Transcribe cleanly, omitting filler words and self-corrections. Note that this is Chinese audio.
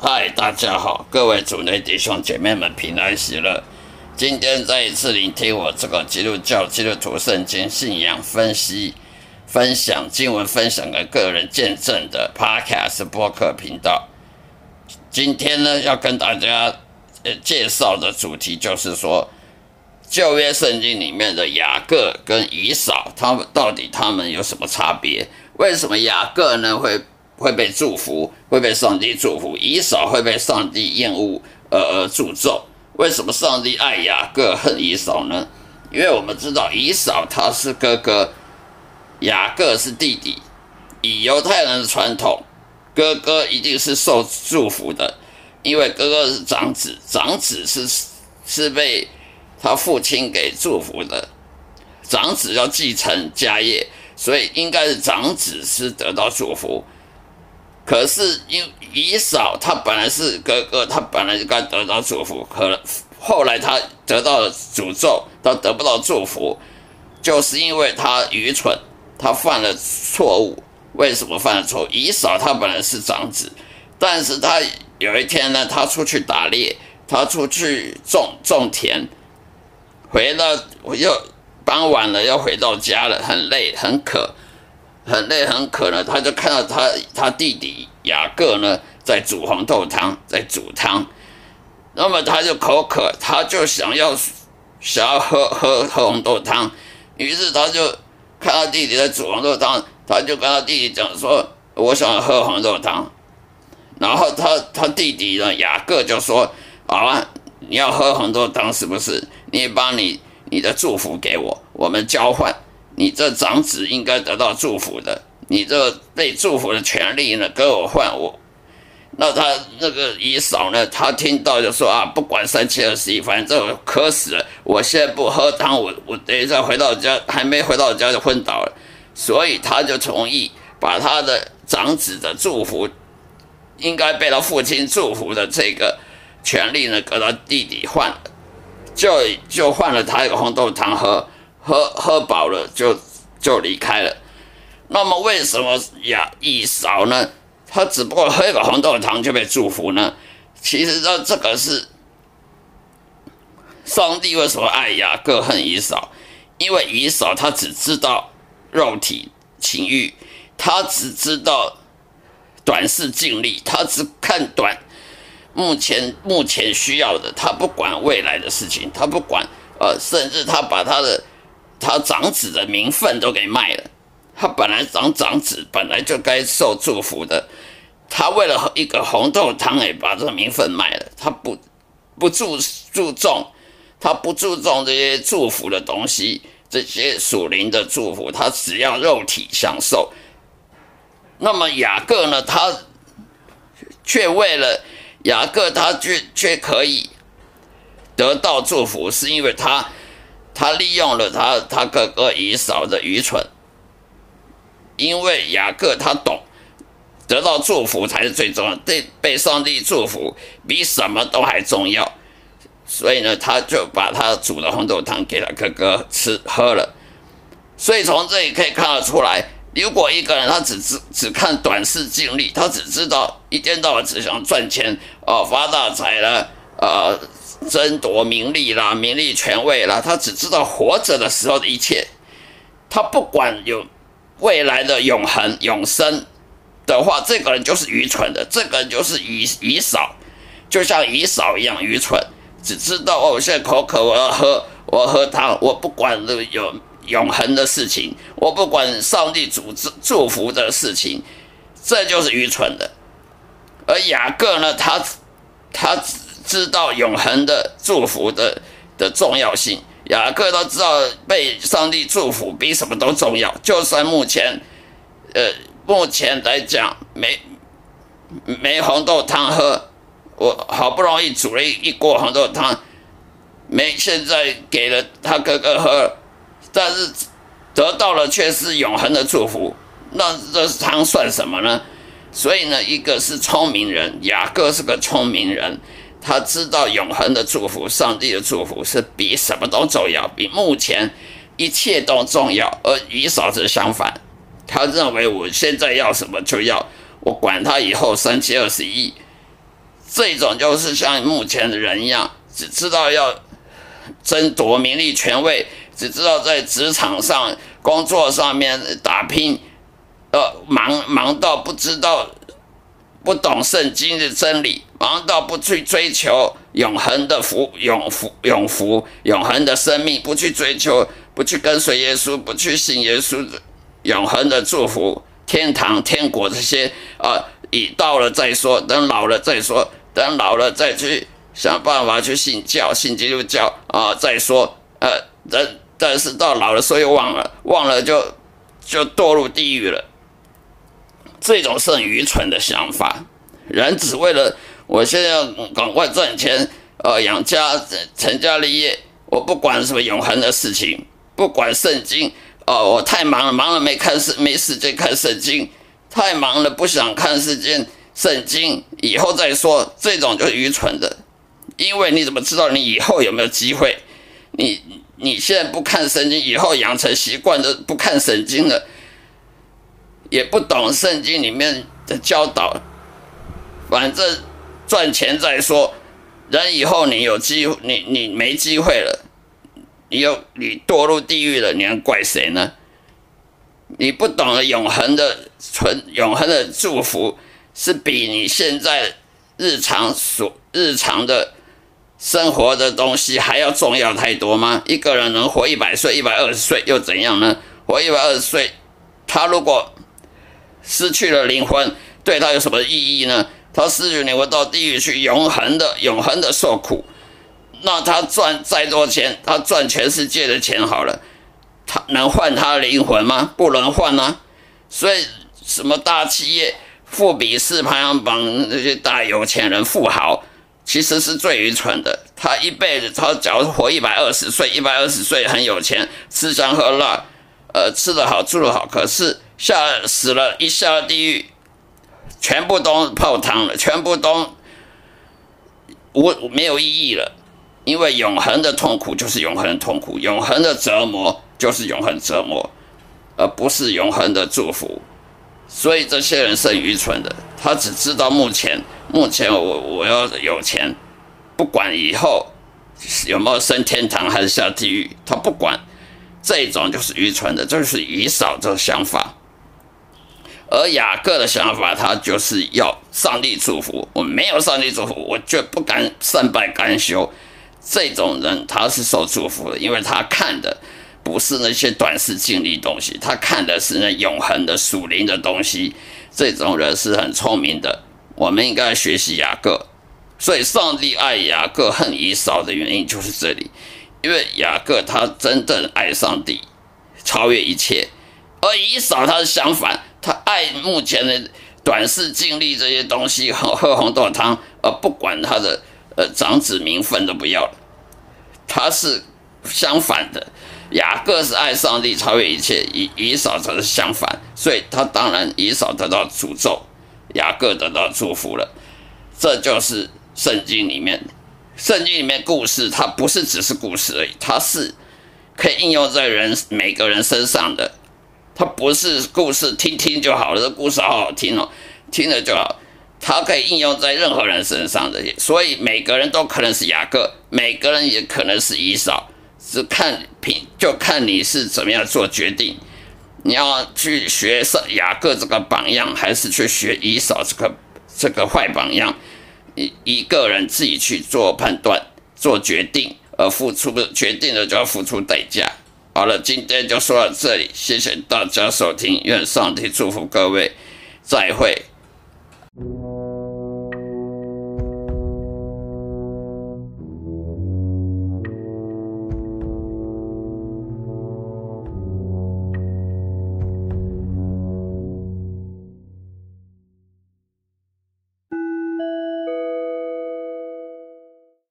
嗨，大家好，各位主内弟兄姐妹们平安喜乐。今天再一次聆听我这个基督教基督徒圣经信仰分析、分享经文分享给个人见证的 Podcast 播客频道。今天呢，要跟大家介绍的主题就是说，旧约圣经里面的雅各跟以扫，他们有什么差别？为什么雅各呢会被祝福，会被上帝祝福，以扫会被上帝厌恶而诅咒？为什么上帝爱雅各恨以扫呢？因为我们知道以扫他是哥哥，雅各是弟弟。以犹太人的传统，哥哥一定是受祝福的，因为哥哥是长子，长子是被他父亲给祝福的，长子要继承家业，所以应该是长子是得到祝福。可是因以扫他本来是哥哥，他本来就该得到祝福，可能后来他得到了诅咒，他得不到祝福，就是因为他愚蠢，他犯了错误。为什么犯了错误？以扫他本来是长子，但是他有一天呢，他出去打猎，他出去种田，回到又傍晚了，要回到家了，很累很渴呢，他就看到他弟弟雅各呢在煮红豆汤，在煮汤，那么他就口渴，他就想要喝红豆汤，于是他就看到弟弟在煮红豆汤，他就跟他弟弟讲说：“我想喝红豆汤。”然后他弟弟呢雅各就说：“好啊，你要喝红豆汤是不是？你也把你的祝福给我，我们交换。你这长子应该得到祝福的，你这被祝福的权利呢，跟我换我。”那他那个以扫呢，他听到就说：“啊，不管3721，反正我渴死了，我现在不喝汤，我等一下回到家，还没回到家就昏倒了。”所以他就同意把他的长子的祝福，应该被他父亲祝福的这个权利呢，跟他弟弟换了，就换了他一个红豆汤喝饱了就离开了。那么为什么以扫呢？他只不过喝一个红豆汤就被祝福呢？其实这个是上帝为什么爱雅各恨以扫？因为以扫他只知道肉体情欲，他只知道短视近利，他只看短目前需要的，他不管未来的事情，他不管甚至他把他长子的名分都给卖了。他本来长子本来就该受祝福的，他为了一个红豆汤也把这个名分卖了。他不注重，他不注重这些祝福的东西，这些属灵的祝福，他只要肉体享受。那么雅各呢，他却为了雅各，他却可以得到祝福，是因为他利用了他哥哥以扫的愚蠢。因为雅各他懂得到祝福才是最重要的，被上帝祝福比什么都还重要，所以呢，他就把他煮的红豆汤给他哥哥喝了。所以从这里可以看得出来，如果一个人他只看短视近利，他只知道一天到晚只想赚钱发大财了争夺名利啦、名利权位啦，他只知道活着的时候的一切，他不管有未来的永恒永生的话，这个人就是愚蠢的，这个人就是以扫，就像以扫一样愚蠢，只知道我现在口渴，我要喝汤，我不管有永恒的事情，我不管上帝祝福的事情，这就是愚蠢的。而雅各呢，他知道永恒的祝福的重要性。雅各都知道被上帝祝福比什么都重要，就算目前来讲没红豆汤喝，我好不容易煮了一锅红豆汤，现在给了他哥哥喝，但是得到了却是永恒的祝福，那这汤算什么呢？所以呢，一个是聪明人，雅各是个聪明人。他知道永恒的祝福，上帝的祝福是比什么都重要，比目前一切都重要。而以扫是相反，他认为我现在要什么就要，我管他以后3721 这种就是像目前的人一样，只知道要争夺名利权位，只知道在职场上、工作上面打拼，忙到不懂圣经的真理，忙到不去追求永恒的永恒的生命，不去追求，不去跟随耶稣，不去信耶稣的永恒的祝福、天堂、天国这些以到了再说，等老了再说，等老了再去想办法去信基督教再说，但是到老了所以忘了就堕入地狱了。这种是很愚蠢的想法。人只为了我现在要赶快赚钱，养家成家立业，我不管什么永恒的事情，不管圣经，我太忙了没时间看圣经，太忙了不想看圣经，以后再说，这种就是愚蠢的。因为你怎么知道你以后有没有机会？你现在不看圣经，以后养成习惯的不看圣经了，也不懂圣经里面的教导，反正赚钱再说。人以后你有机会，你没机会了，你堕入地狱了，你能怪谁呢？你不懂得永恒的祝福，是比你现在日常的生活的东西还要重要太多吗？一个人能活100岁、120岁又怎样呢？活120岁，他如果失去了灵魂，对他有什么意义呢？他失去灵魂到地狱去，永恒的受苦。那他赚再多钱，他赚全世界的钱好了，他能换他的灵魂吗？不能换啊！所以什么大企业、富比士排行榜那些大有钱人、富豪，其实是最愚蠢的。他一辈子，他假如活120岁很有钱，吃香喝辣，吃得好住得好，可是死了一下地狱，全部都泡汤了，全部都没有意义了。因为永恒的痛苦就是永恒的痛苦，永恒的折磨就是永恒折磨，而不是永恒的祝福。所以这些人是很愚蠢的，他只知道目前我要有钱，不管以后有没有升天堂还是下地狱，他不管。这种就是愚蠢的，就是以扫这个想法。而雅各的想法，他就是要上帝祝福，我没有上帝祝福，我就不敢善拜甘休。这种人他是受祝福的，因为他看的不是那些短视近利东西，他看的是那永恒的属灵的东西。这种人是很聪明的，我们应该学习雅各。所以上帝爱雅各恨以扫的原因就是这里，因为雅各他真正爱上帝，超越一切，而以扫他是相反，他爱目前的短视近利这些东西，喝红豆汤，而不管他的长子名分都不要了。他是相反的，雅各是爱上帝超越一切，以扫则是相反，所以他当然以扫得到诅咒，雅各得到祝福了。这就是圣经里面故事，它不是只是故事而已，它是可以应用在每个人身上的。它不是故事听听就好了，这故事好好听哦，听了就好。它可以应用在任何人身上的，所以每个人都可能是雅各，每个人也可能是以扫，就看你是怎么样做决定。你要去学雅各这个榜样，还是去学以扫这个坏榜样？一个人自己去做判断、做决定，而决定了就要付出代价。好了，今天就说到这里，谢谢大家收听，愿上帝祝福各位，再会。